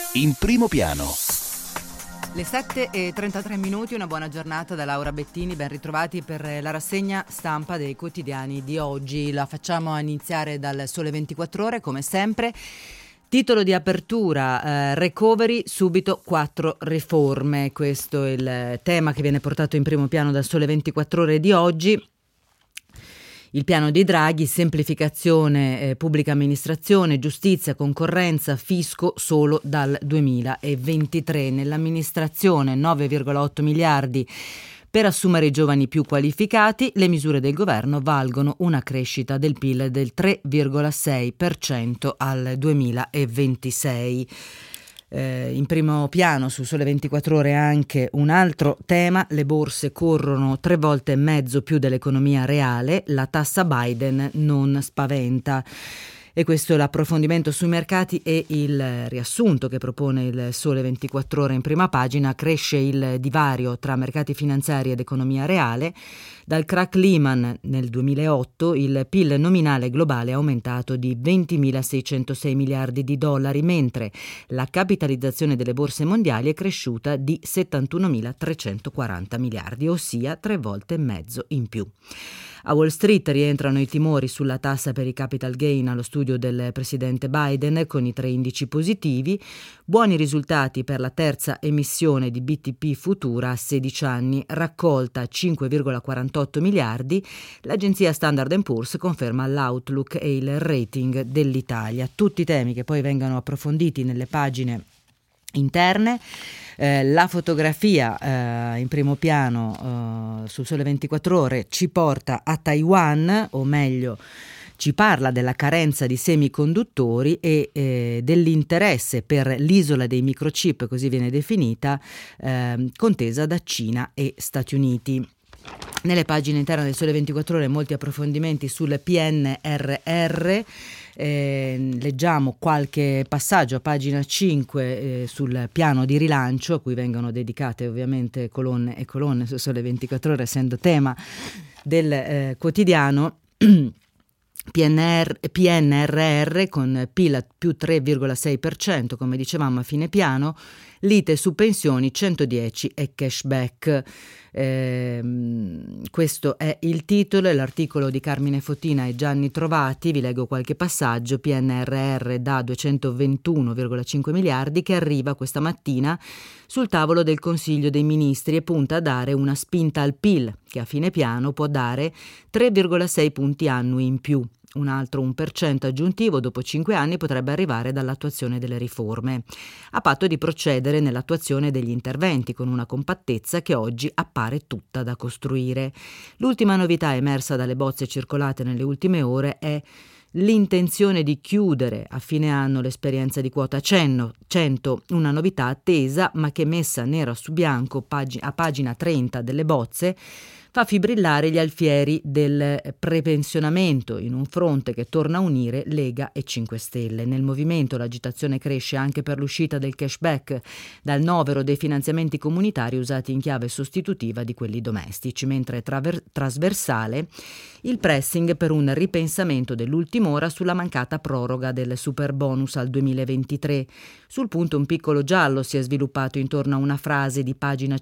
In primo piano. Le 7:33, una buona giornata da Laura Bettini, ben ritrovati per la rassegna stampa dei quotidiani di oggi. La facciamo iniziare dal Sole 24 Ore, come sempre. Titolo di apertura, recovery, subito 4 riforme. Questo è il tema che viene portato in primo piano dal Sole 24 Ore di oggi. Il piano di Draghi, semplificazione, pubblica amministrazione, giustizia, concorrenza, fisco solo dal 2023. Nell'amministrazione 9,8 miliardi per assumere i giovani più qualificati. Le misure del governo valgono una crescita del PIL del 3,6% al 2026. In primo piano su Sole 24 Ore anche un altro tema: le borse corrono 3 volte e mezzo più dell'economia reale, la tassa Biden non spaventa. E questo è l'approfondimento sui mercati e il riassunto che propone il Sole 24 Ore in prima pagina. Cresce il divario tra mercati finanziari ed economia reale. Dal crack Lehman nel 2008 il PIL nominale globale è aumentato di 20.606 miliardi di dollari, mentre la capitalizzazione delle borse mondiali è cresciuta di 71.340 miliardi, ossia 3 volte e mezzo in più. A Wall Street rientrano i timori sulla tassa per i capital gain allo studio del presidente Biden, con i 3 indici positivi. Buoni risultati per la terza emissione di BTP Futura a 16 anni, raccolta 5,48 miliardi. L'agenzia Standard & Poor's conferma l'outlook e il rating dell'Italia. Tutti temi che poi vengono approfonditi nelle pagine interne. La fotografia in primo piano sul Sole 24 Ore ci porta a Taiwan, o meglio ci parla della carenza di semiconduttori e dell'interesse per l'isola dei microchip, così viene definita, contesa da Cina e Stati Uniti. Nelle pagine interne del Sole 24 Ore molti approfondimenti sul PNRR. Leggiamo qualche passaggio a pagina 5 sul piano di rilancio, a cui vengono dedicate ovviamente colonne e colonne su Sole 24 Ore, essendo tema del quotidiano. PNRR con PIL a più 3,6%, come dicevamo a fine piano, lite su pensioni 110 e cashback. Questo è il titolo e l'articolo di Carmine Fotina e Gianni Trovati. Vi leggo qualche passaggio. PNRR da 221,5 miliardi che arriva questa mattina sul tavolo del Consiglio dei Ministri e punta a dare una spinta al PIL, che a fine piano può dare 3,6 punti annui in più. Un altro 1% aggiuntivo dopo 5 anni potrebbe arrivare dall'attuazione delle riforme, a patto di procedere nell'attuazione degli interventi con una compattezza che oggi appare tutta da costruire. L'ultima novità emersa dalle bozze circolate nelle ultime ore è l'intenzione di chiudere a fine anno l'esperienza di quota 100, una novità attesa ma che, messa nero su bianco a pagina 30 delle bozze, fa fibrillare gli alfieri del prepensionamento in un fronte che torna a unire Lega e 5 Stelle. Nel movimento l'agitazione cresce anche per l'uscita del cashback dal novero dei finanziamenti comunitari usati in chiave sostitutiva di quelli domestici, mentre trasversale il pressing per un ripensamento dell'ultima ora sulla mancata proroga del super bonus al 2023. Sul punto un piccolo giallo si è sviluppato intorno a una frase di pagina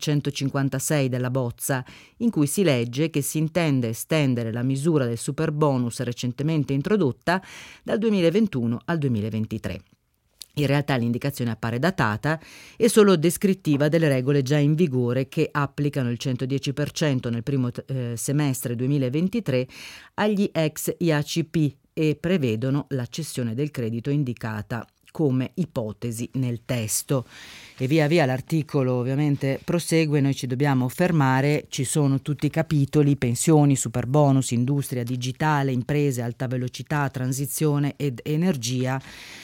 156 della bozza, in cui si legge che si intende estendere la misura del super bonus recentemente introdotta dal 2021 al 2023. In realtà l'indicazione appare datata e solo descrittiva delle regole già in vigore che applicano il 110% nel primo semestre 2023 agli ex IACP e prevedono la cessione del credito indicata come ipotesi nel testo. E via via l'articolo ovviamente prosegue, noi ci dobbiamo fermare, ci sono tutti i capitoli: pensioni, super bonus, industria digitale, imprese, alta velocità, transizione ed energia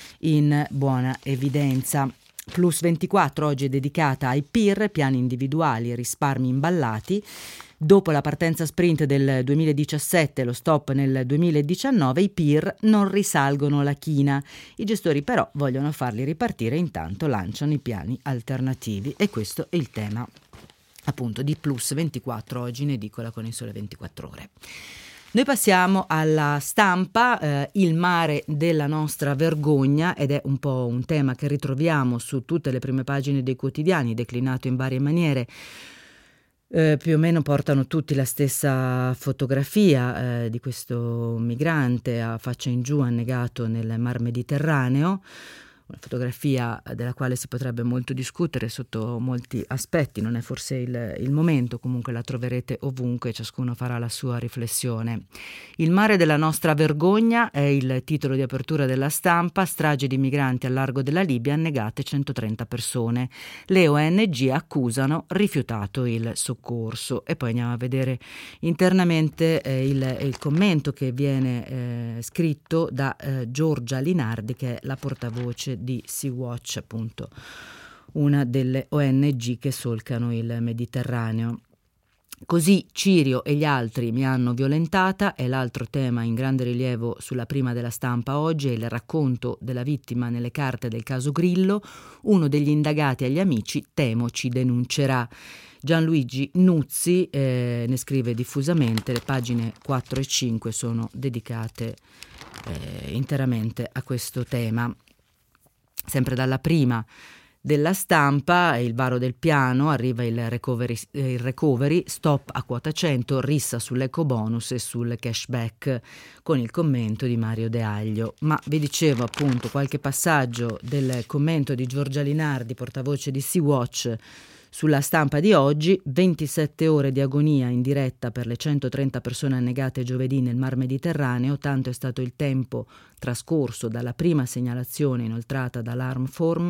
in buona evidenza. Plus 24 oggi è dedicata ai PIR, piani individuali e risparmi imballati. Dopo la partenza sprint del 2017 e lo stop nel 2019, i PIR non risalgono la china. I gestori però vogliono farli ripartire, intanto lanciano i piani alternativi e questo è il tema appunto di Plus 24 oggi in edicola con il Sole 24 Ore. Noi passiamo alla Stampa, il mare della nostra vergogna, ed è un po' un tema che ritroviamo su tutte le prime pagine dei quotidiani, declinato in varie maniere. Più o meno portano tutti la stessa fotografia di questo migrante a faccia in giù annegato nel Mar Mediterraneo. Una fotografia della quale si potrebbe molto discutere sotto molti aspetti, non è forse il momento, comunque la troverete ovunque, ciascuno farà la sua riflessione. Il mare della nostra vergogna è il titolo di apertura della Stampa, strage di migranti al largo della Libia, annegate 130 persone. Le ONG accusano, rifiutato il soccorso. E poi andiamo a vedere internamente il commento che viene scritto da Giorgia Linardi, che è la portavoce di Sea-Watch, appunto una delle ONG che solcano il Mediterraneo. Così Cirio e gli altri mi hanno violentata è l'altro tema in grande rilievo sulla prima della Stampa oggi, è il racconto della vittima nelle carte del caso Grillo. Uno degli indagati agli amici, temo ci denuncerà. Gianluigi Nuzzi ne scrive diffusamente, le pagine 4 e 5 sono dedicate interamente a questo tema. Sempre dalla prima della Stampa, il varo del piano, arriva il recovery, stop a quota 100, rissa sull'ecobonus e sul cashback, con il commento di Mario De Aglio. Ma vi dicevo appunto qualche passaggio del commento di Giorgia Linardi, portavoce di Sea-Watch, sulla Stampa di oggi. 27 ore di agonia in diretta per le 130 persone annegate giovedì nel Mar Mediterraneo, tanto è stato il tempo trascorso dalla prima segnalazione inoltrata dall'Alarm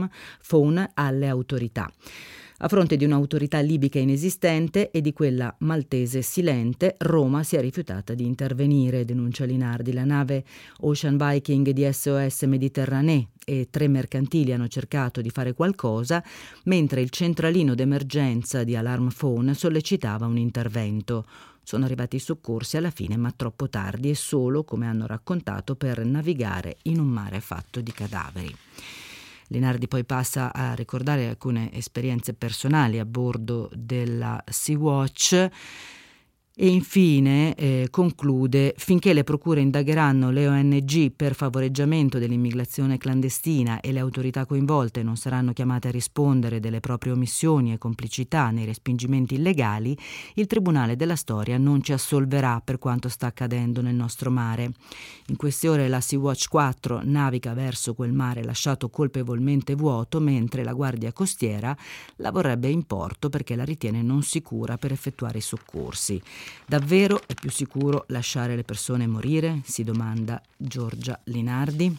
Phone alle autorità. A fronte di un'autorità libica inesistente e di quella maltese silente, Roma si è rifiutata di intervenire, denuncia Linardi. La nave Ocean Viking di SOS Mediterranee e 3 mercantili hanno cercato di fare qualcosa, mentre il centralino d'emergenza di Alarm Phone sollecitava un intervento. Sono arrivati i soccorsi alla fine, ma troppo tardi e solo, come hanno raccontato, per navigare in un mare fatto di cadaveri. Linardi poi passa a ricordare alcune esperienze personali a bordo della Sea-Watch e infine conclude: finché le procure indagheranno le ONG per favoreggiamento dell'immigrazione clandestina e le autorità coinvolte non saranno chiamate a rispondere delle proprie omissioni e complicità nei respingimenti illegali, il Tribunale della Storia non ci assolverà per quanto sta accadendo nel nostro mare. In queste ore la Sea-Watch 4 naviga verso quel mare lasciato colpevolmente vuoto, mentre la Guardia Costiera la vorrebbe in porto perché la ritiene non sicura per effettuare i soccorsi. Davvero è più sicuro lasciare le persone morire? Si domanda Giorgia Linardi.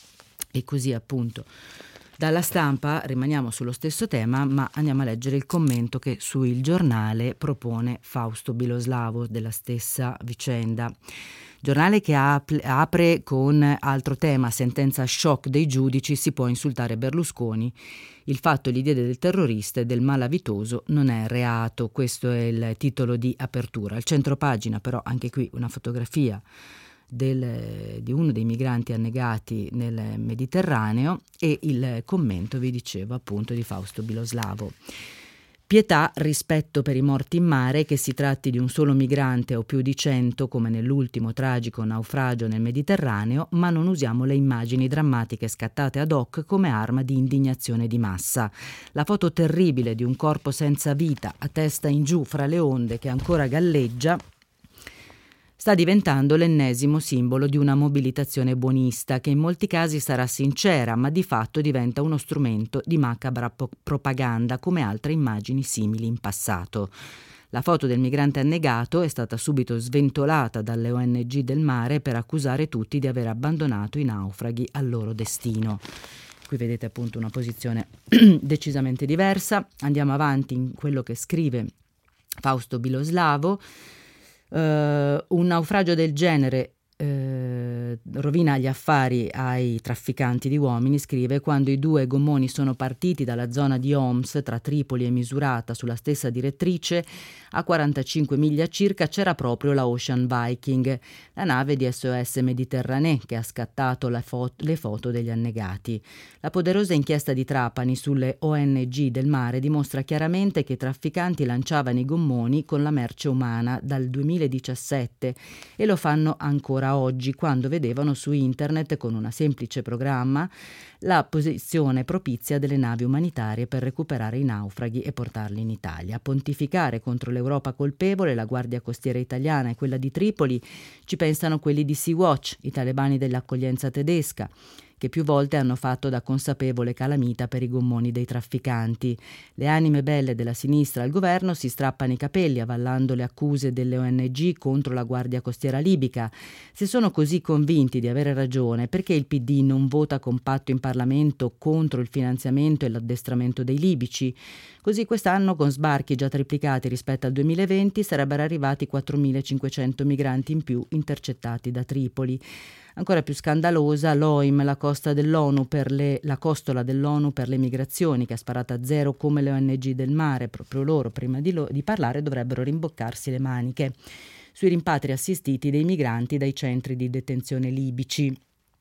E così appunto dalla Stampa rimaniamo sullo stesso tema, ma andiamo a leggere il commento che su Il Giornale propone Fausto Biloslavo della stessa vicenda. Giornale che apre con altro tema: sentenza shock dei giudici, si può insultare Berlusconi, il fatto e l'idea del terrorista e del malavitoso non è reato. Questo è il titolo di apertura. Al centropagina però anche qui una fotografia di uno dei migranti annegati nel Mediterraneo e il commento, vi dicevo appunto, di Fausto Biloslavo. Pietà, rispetto per i morti in mare, che si tratti di un solo migrante o più di 100 come nell'ultimo tragico naufragio nel Mediterraneo, ma non usiamo le immagini drammatiche scattate ad hoc come arma di indignazione di massa. La foto terribile di un corpo senza vita a testa in giù fra le onde che ancora galleggia sta diventando l'ennesimo simbolo di una mobilitazione buonista che in molti casi sarà sincera, ma di fatto diventa uno strumento di macabra propaganda come altre immagini simili in passato. La foto del migrante annegato è stata subito sventolata dalle ONG del mare per accusare tutti di aver abbandonato i naufraghi al loro destino. Qui vedete appunto una posizione decisamente diversa. Andiamo avanti in quello che scrive Fausto Biloslavo. Un naufragio del genere rovina gli affari ai trafficanti di uomini, scrive: quando i due gommoni sono partiti dalla zona di Homs tra Tripoli e Misurata sulla stessa direttrice, a 45 miglia circa c'era proprio la Ocean Viking, la nave di SOS Méditerranée che ha scattato le foto degli annegati. La poderosa inchiesta di Trapani sulle ONG del mare dimostra chiaramente che i trafficanti lanciavano i gommoni con la merce umana dal 2017 e lo fanno ancora oggi, quando vedevano su internet con un semplice programma la posizione propizia delle navi umanitarie per recuperare i naufraghi e portarli in Italia. A pontificare contro l'Europa colpevole, la Guardia Costiera italiana e quella di Tripoli, ci pensano quelli di Sea-Watch, i talebani dell'accoglienza tedesca, che più volte hanno fatto da consapevole calamita per i gommoni dei trafficanti. Le anime belle della sinistra al governo si strappano i capelli avallando le accuse delle ONG contro la Guardia Costiera libica. Se sono così convinti di avere ragione, perché il PD non vota compatto in Parlamento contro il finanziamento e l'addestramento dei libici? Così quest'anno, con sbarchi già triplicati rispetto al 2020, sarebbero arrivati 4.500 migranti in più intercettati da Tripoli. Ancora più scandalosa, l'OIM, la costola dell'ONU per le migrazioni, che ha sparato a zero come le ONG del mare. Proprio loro, prima di parlare, dovrebbero rimboccarsi le maniche sui rimpatri assistiti dei migranti dai centri di detenzione libici.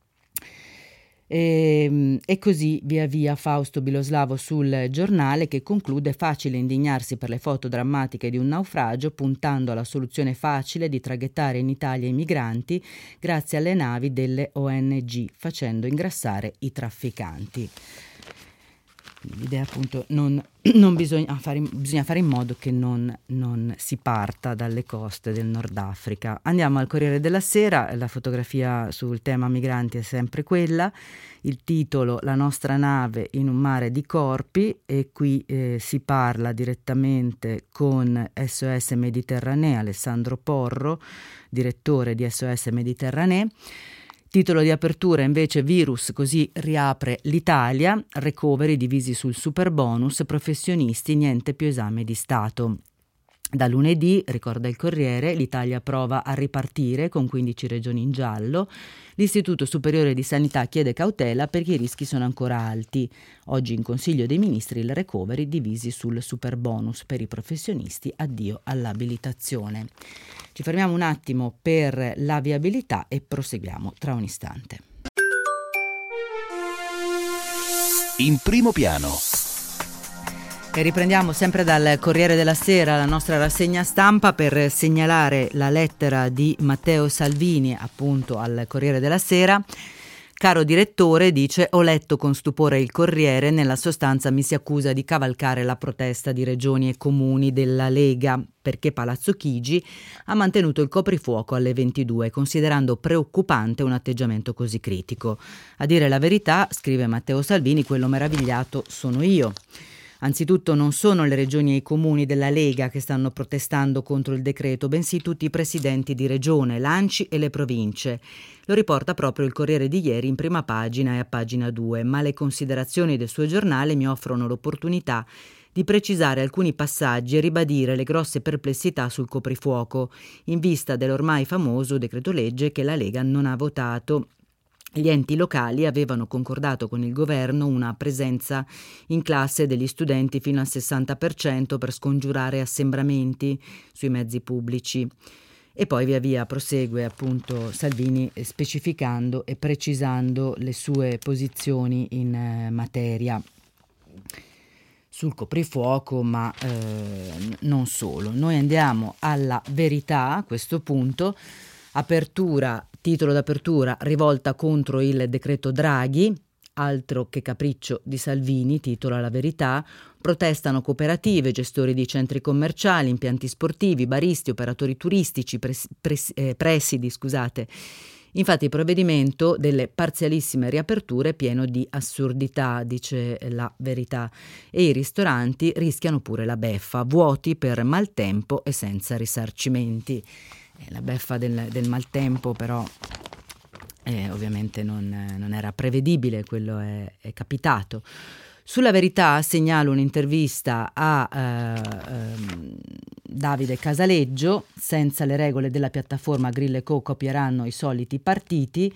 E così via via Fausto Biloslavo sul Giornale, che conclude: facile indignarsi per le foto drammatiche di un naufragio, puntando alla soluzione facile di traghettare in Italia i migranti grazie alle navi delle ONG, facendo ingrassare i trafficanti. L'idea appunto bisogna fare in modo che non si parta dalle coste del Nord Africa. Andiamo al Corriere della Sera, la fotografia sul tema migranti è sempre quella, il titolo: la nostra nave in un mare di corpi, e qui si parla direttamente con SOS Méditerranée, Alessandro Porro, direttore di SOS Méditerranée. Titolo di apertura invece: virus così riapre l'Italia, recovery divisi sul superbonus, professionisti niente più esame di Stato. Da lunedì, ricorda il Corriere, l'Italia prova a ripartire con 15 regioni in giallo. L'Istituto Superiore di Sanità chiede cautela perché i rischi sono ancora alti. Oggi in Consiglio dei Ministri il recovery divisi sul superbonus per i professionisti, addio all'abilitazione. Ci fermiamo un attimo per la viabilità e proseguiamo tra un istante. In primo piano. E riprendiamo sempre dal Corriere della Sera la nostra rassegna stampa per segnalare la lettera di Matteo Salvini appunto al Corriere della Sera. Caro direttore, dice, ho letto con stupore il Corriere, nella sostanza mi si accusa di cavalcare la protesta di regioni e comuni della Lega perché Palazzo Chigi ha mantenuto il coprifuoco alle 22, considerando preoccupante un atteggiamento così critico. A dire la verità, scrive Matteo Salvini, quello meravigliato sono io. Anzitutto non sono le regioni e i comuni della Lega che stanno protestando contro il decreto, bensì tutti i presidenti di regione, l'ANCI e le province. Lo riporta proprio il Corriere di ieri in prima pagina e a pagina 2, ma le considerazioni del suo giornale mi offrono l'opportunità di precisare alcuni passaggi e ribadire le grosse perplessità sul coprifuoco, in vista dell'ormai famoso decreto legge che la Lega non ha votato. Gli enti locali avevano concordato con il governo una presenza in classe degli studenti fino al 60% per scongiurare assembramenti sui mezzi pubblici. E poi via via prosegue appunto Salvini specificando e precisando le sue posizioni in materia sul coprifuoco, ma non solo. Noi andiamo alla Verità a questo punto. Titolo d'apertura: rivolta contro il decreto Draghi, altro che capriccio di Salvini, titola La Verità. Protestano cooperative, gestori di centri commerciali, impianti sportivi, baristi, operatori turistici, presidi. Infatti il provvedimento delle parzialissime riaperture è pieno di assurdità, dice La Verità, e i ristoranti rischiano pure la beffa, vuoti per maltempo e senza risarcimenti. La beffa del maltempo però ovviamente non era prevedibile, quello è capitato. Sulla Verità segnalo un'intervista a Davide Casaleggio: senza le regole della piattaforma Grillo & Co copieranno i soliti partiti.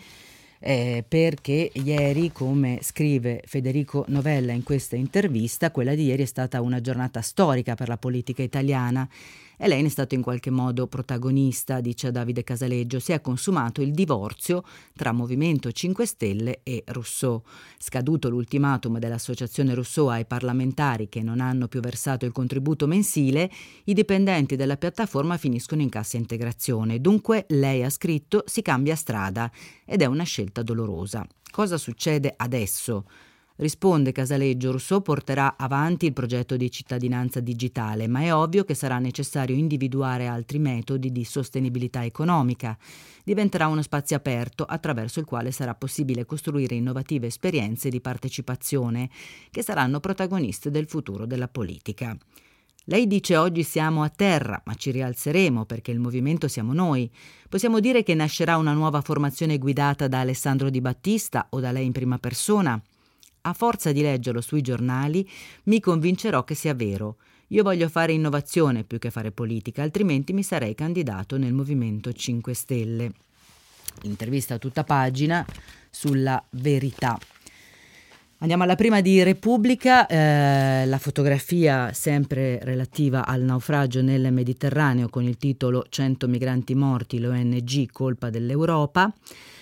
Perché ieri, come scrive Federico Novella in questa intervista, quella di ieri è stata una giornata storica per la politica italiana e lei ne è stato in qualche modo protagonista, dice Davide Casaleggio. Si è consumato il divorzio tra Movimento 5 Stelle e Rousseau. Scaduto l'ultimatum dell'associazione Rousseau ai parlamentari che non hanno più versato il contributo mensile, i dipendenti della piattaforma finiscono in cassa integrazione. Dunque, lei ha scritto, si cambia strada ed è una scelta dolorosa. Cosa succede adesso? Risponde Casaleggio: Rousseau porterà avanti il progetto di cittadinanza digitale, ma è ovvio che sarà necessario individuare altri metodi di sostenibilità economica. Diventerà uno spazio aperto attraverso il quale sarà possibile costruire innovative esperienze di partecipazione che saranno protagoniste del futuro della politica. Lei dice: oggi siamo a terra, ma ci rialzeremo perché il movimento siamo noi. Possiamo dire che nascerà una nuova formazione guidata da Alessandro Di Battista o da lei in prima persona? A forza di leggerlo sui giornali mi convincerò che sia vero. Io voglio fare innovazione più che fare politica, altrimenti mi sarei candidato nel Movimento 5 Stelle. Intervista a tutta pagina sulla Verità. Andiamo alla prima di Repubblica, la fotografia sempre relativa al naufragio nel Mediterraneo con il titolo 100 migranti morti, l'ONG colpa dell'Europa.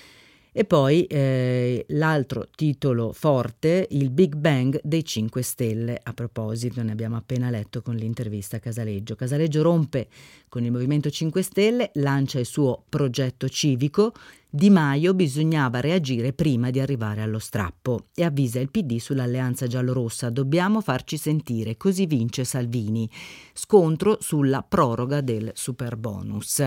E poi l'altro titolo forte, il Big Bang dei 5 Stelle. A proposito, ne abbiamo appena letto con l'intervista a Casaleggio. Casaleggio rompe con il Movimento 5 Stelle, lancia il suo progetto civico. Di Maio bisognava reagire prima di arrivare allo strappo e avvisa il PD sull'alleanza giallorossa: dobbiamo farci sentire, così vince Salvini. Scontro sulla proroga del superbonus.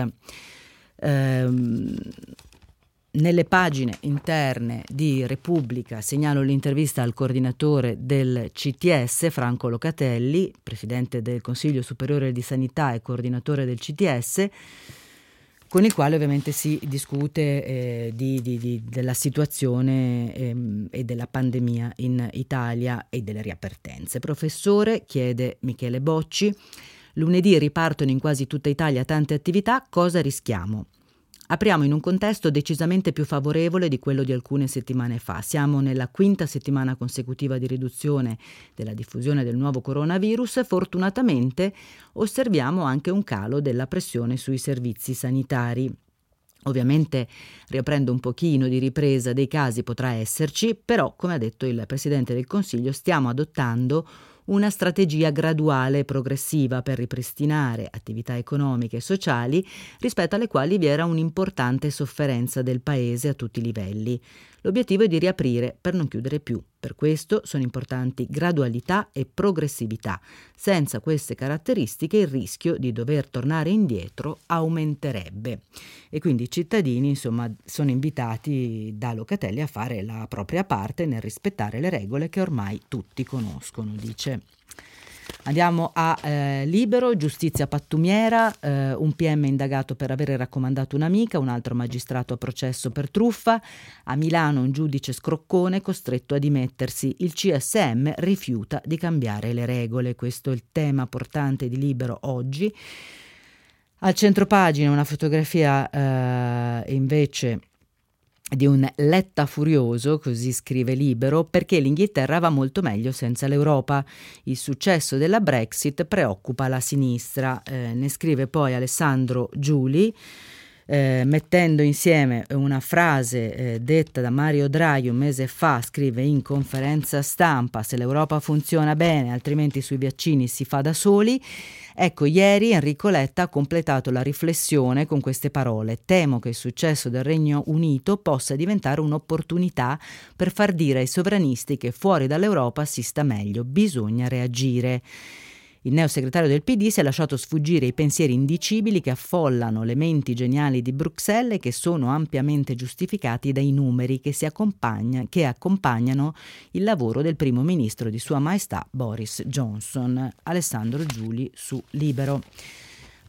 Nelle pagine interne di Repubblica segnalo l'intervista al coordinatore del CTS, Franco Locatelli, presidente del Consiglio Superiore di Sanità e coordinatore del CTS, con il quale ovviamente si discute della situazione e della pandemia in Italia e delle riapertenze. Professore, chiede Michele Bocci, lunedì ripartono in quasi tutta Italia tante attività, cosa rischiamo? Apriamo in un contesto decisamente più favorevole di quello di alcune settimane fa. Siamo nella 5ª settimana consecutiva di riduzione della diffusione del nuovo coronavirus e fortunatamente osserviamo anche un calo della pressione sui servizi sanitari. Ovviamente, riaprendo un pochino di ripresa dei casi potrà esserci, però, come ha detto il Presidente del Consiglio, stiamo adottando una strategia graduale e progressiva per ripristinare attività economiche e sociali rispetto alle quali vi era un'importante sofferenza del Paese a tutti i livelli. L'obiettivo è di riaprire per non chiudere più. Per questo sono importanti gradualità e progressività. Senza queste caratteristiche il rischio di dover tornare indietro aumenterebbe. E quindi i cittadini, insomma, sono invitati da Locatelli a fare la propria parte nel rispettare le regole che ormai tutti conoscono, dice. Andiamo a Libero, giustizia pattumiera, un PM indagato per avere raccomandato un'amica, un altro magistrato a processo per truffa, a Milano un giudice scroccone costretto a dimettersi, il CSM rifiuta di cambiare le regole. Questo è il tema portante di Libero oggi. Al centropagina una fotografia invece di un Letta furioso, così scrive Libero, perché l'Inghilterra va molto meglio senza l'Europa. Il successo della Brexit preoccupa la sinistra. Ne scrive poi Alessandro Giuli, mettendo insieme una frase detta da Mario Draghi un mese fa. Scrive in conferenza stampa: se l'Europa funziona bene, altrimenti sui vaccini si fa da soli. Ecco, ieri Enrico Letta ha completato la riflessione con queste parole: temo che il successo del Regno Unito possa diventare un'opportunità per far dire ai sovranisti che fuori dall'Europa si sta meglio, bisogna reagire. Il neosegretario del PD si è lasciato sfuggire i pensieri indicibili che affollano le menti geniali di Bruxelles e che sono ampiamente giustificati dai numeri che accompagnano il lavoro del primo ministro di Sua Maestà Boris Johnson. Alessandro Giuli su Libero.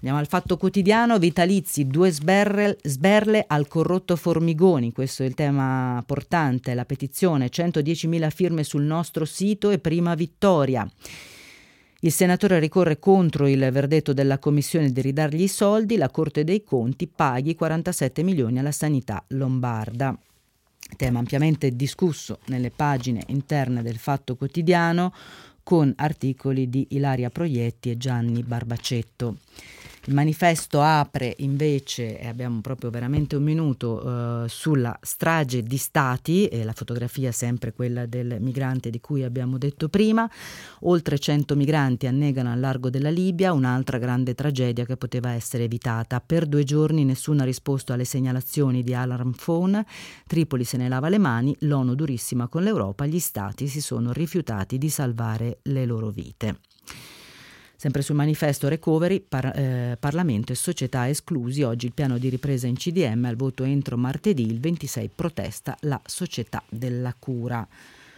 Andiamo al Fatto Quotidiano, vitalizi, 2 sberle al corrotto Formigoni, questo è il tema portante, la petizione, 110.000 firme sul nostro sito e prima vittoria. Il senatore ricorre contro il verdetto della commissione di ridargli i soldi, la Corte dei Conti paghi 47 milioni alla sanità lombarda. Tema ampiamente discusso nelle pagine interne del Fatto Quotidiano con articoli di Ilaria Proietti e Gianni Barbacetto. Il Manifesto apre invece, e abbiamo proprio veramente un minuto, sulla strage di Stati, e la fotografia sempre quella del migrante di cui abbiamo detto prima. Oltre 100 migranti annegano al largo della Libia, un'altra grande tragedia che poteva essere evitata. Per 2 giorni nessuno ha risposto alle segnalazioni di Alarm Phone, Tripoli se ne lava le mani, l'ONU durissima con l'Europa, gli Stati si sono rifiutati di salvare le loro vite. Sempre sul Manifesto Recovery, Parlamento e società esclusi, oggi il piano di ripresa in CDM, al voto entro martedì, il 26 protesta la società della cura.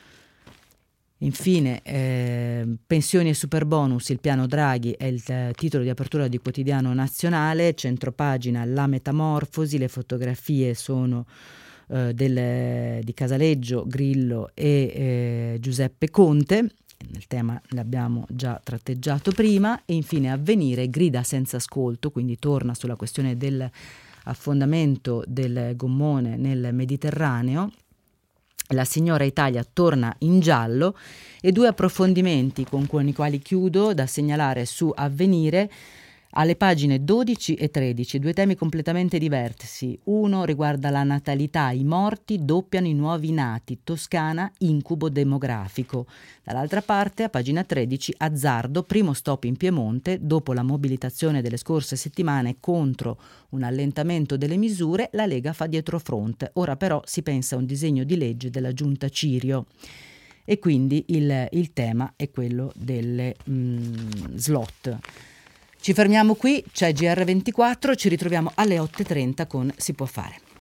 Infine, pensioni e superbonus, il piano Draghi è il titolo di apertura di Quotidiano Nazionale, centropagina la metamorfosi, le fotografie sono di Casaleggio, Grillo e Giuseppe Conte. Nel tema l'abbiamo già tratteggiato prima. E infine Avvenire grida senza ascolto, quindi torna sulla questione dell'affondamento del gommone nel Mediterraneo. La signora Italia torna in giallo e 2 approfondimenti con i quali chiudo da segnalare su Avvenire. Alle pagine 12 e 13, 2 temi completamente diversi. Uno riguarda la natalità, i morti doppiano i nuovi nati, Toscana, incubo demografico. Dall'altra parte, a pagina 13, azzardo, primo stop in Piemonte, dopo la mobilitazione delle scorse settimane contro un allentamento delle misure, la Lega fa dietrofront. Ora però si pensa a un disegno di legge della giunta Cirio. E quindi il tema è quello delle slot. Ci fermiamo qui, c'è GR24, ci ritroviamo alle 8.30 con Si può fare.